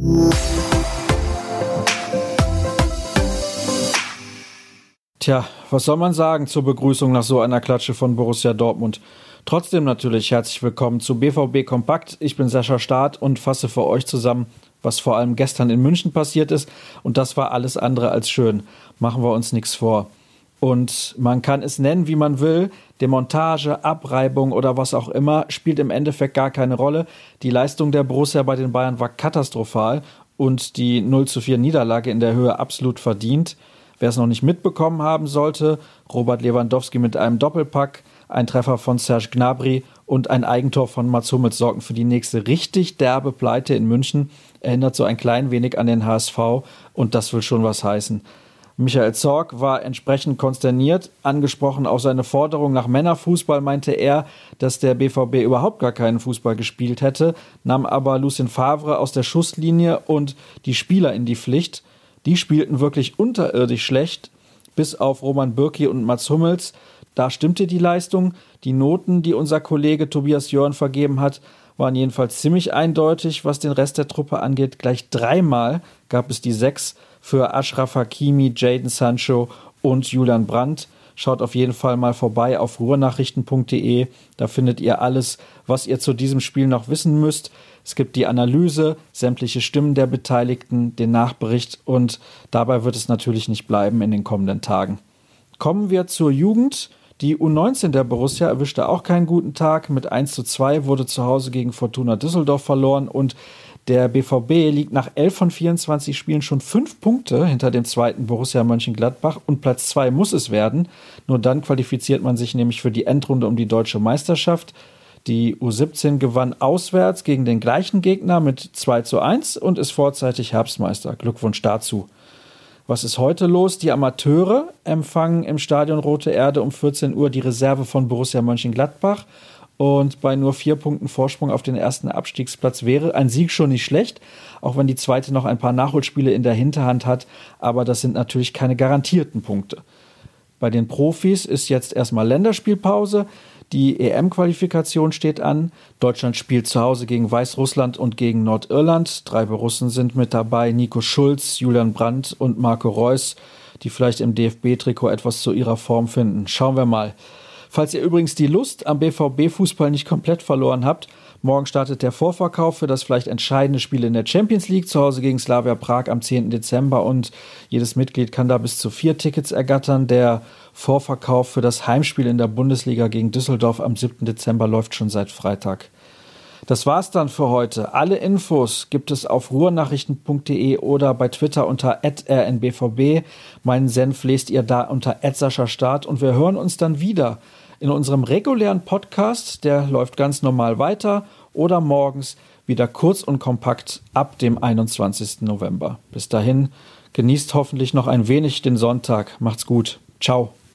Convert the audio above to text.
Tja, was soll man sagen zur Begrüßung nach so einer Klatsche von Borussia Dortmund? Trotzdem natürlich herzlich willkommen zu BVB Kompakt. Ich bin Sascha Staat und fasse für euch zusammen, was vor allem gestern in München passiert ist. Und das war alles andere als schön. Machen wir uns nichts vor. Und man kann es nennen, wie man will. Demontage, Abreibung oder was auch immer, spielt im Endeffekt gar keine Rolle. Die Leistung der Borussia bei den Bayern war katastrophal und die 0:4 Niederlage in der Höhe absolut verdient. Wer es noch nicht mitbekommen haben sollte, Robert Lewandowski mit einem Doppelpack, ein Treffer von Serge Gnabry und ein Eigentor von Mats Hummels sorgten für die nächste richtig derbe Pleite in München. Erinnert so ein klein wenig an den HSV und das will schon was heißen. Michael Zorc war entsprechend konsterniert. Angesprochen auf seine Forderung nach Männerfußball meinte er, dass der BVB überhaupt gar keinen Fußball gespielt hätte, nahm aber Lucien Favre aus der Schusslinie und die Spieler in die Pflicht. Die spielten wirklich unterirdisch schlecht, bis auf Roman Bürki und Mats Hummels. Da stimmte die Leistung. Die Noten, die unser Kollege Tobias Jörn vergeben hat, waren jedenfalls ziemlich eindeutig, was den Rest der Truppe angeht. Gleich 3-mal gab es die 6 für Achraf Hakimi, Jadon Sancho und Julian Brandt. Schaut auf jeden Fall mal vorbei auf ruhrnachrichten.de. Da findet ihr alles, was ihr zu diesem Spiel noch wissen müsst. Es gibt die Analyse, sämtliche Stimmen der Beteiligten, den Nachbericht und dabei wird es natürlich nicht bleiben in den kommenden Tagen. Kommen wir zur Jugend. Die U19 der Borussia erwischte auch keinen guten Tag. Mit 1:2 wurde zu Hause gegen Fortuna Düsseldorf verloren und der BVB liegt nach 11 von 24 Spielen schon 5 Punkte hinter dem zweiten Borussia Mönchengladbach und Platz 2 muss es werden. Nur dann qualifiziert man sich nämlich für die Endrunde um die deutsche Meisterschaft. Die U17 gewann auswärts gegen den gleichen Gegner mit 2:1 und ist vorzeitig Herbstmeister. Glückwunsch dazu. Was ist heute los? Die Amateure empfangen im Stadion Rote Erde um 14 Uhr die Reserve von Borussia Mönchengladbach. Und bei nur 4 Punkten Vorsprung auf den ersten Abstiegsplatz wäre ein Sieg schon nicht schlecht, auch wenn die zweite noch ein paar Nachholspiele in der Hinterhand hat. Aber das sind natürlich keine garantierten Punkte. Bei den Profis ist jetzt erstmal Länderspielpause. Die EM-Qualifikation steht an. Deutschland spielt zu Hause gegen Weißrussland und gegen Nordirland. 3 Borussen sind mit dabei. Nico Schulz, Julian Brandt und Marco Reus, die vielleicht im DFB-Trikot etwas zu ihrer Form finden. Schauen wir mal. Falls ihr übrigens die Lust am BVB-Fußball nicht komplett verloren habt, morgen startet der Vorverkauf für das vielleicht entscheidende Spiel in der Champions League zu Hause gegen Slavia Prag am 10. Dezember und jedes Mitglied kann da bis zu 4 Tickets ergattern. Der Vorverkauf für das Heimspiel in der Bundesliga gegen Düsseldorf am 7. Dezember läuft schon seit Freitag. Das war's dann für heute. Alle Infos gibt es auf ruhrnachrichten.de oder bei Twitter unter @rnbvb. Meinen Senf lest ihr da unter @sascha-staat und wir hören uns dann wieder in unserem regulären Podcast, der läuft ganz normal weiter, oder morgens wieder kurz und kompakt ab dem 21. November. Bis dahin, genießt hoffentlich noch ein wenig den Sonntag. Macht's gut. Ciao.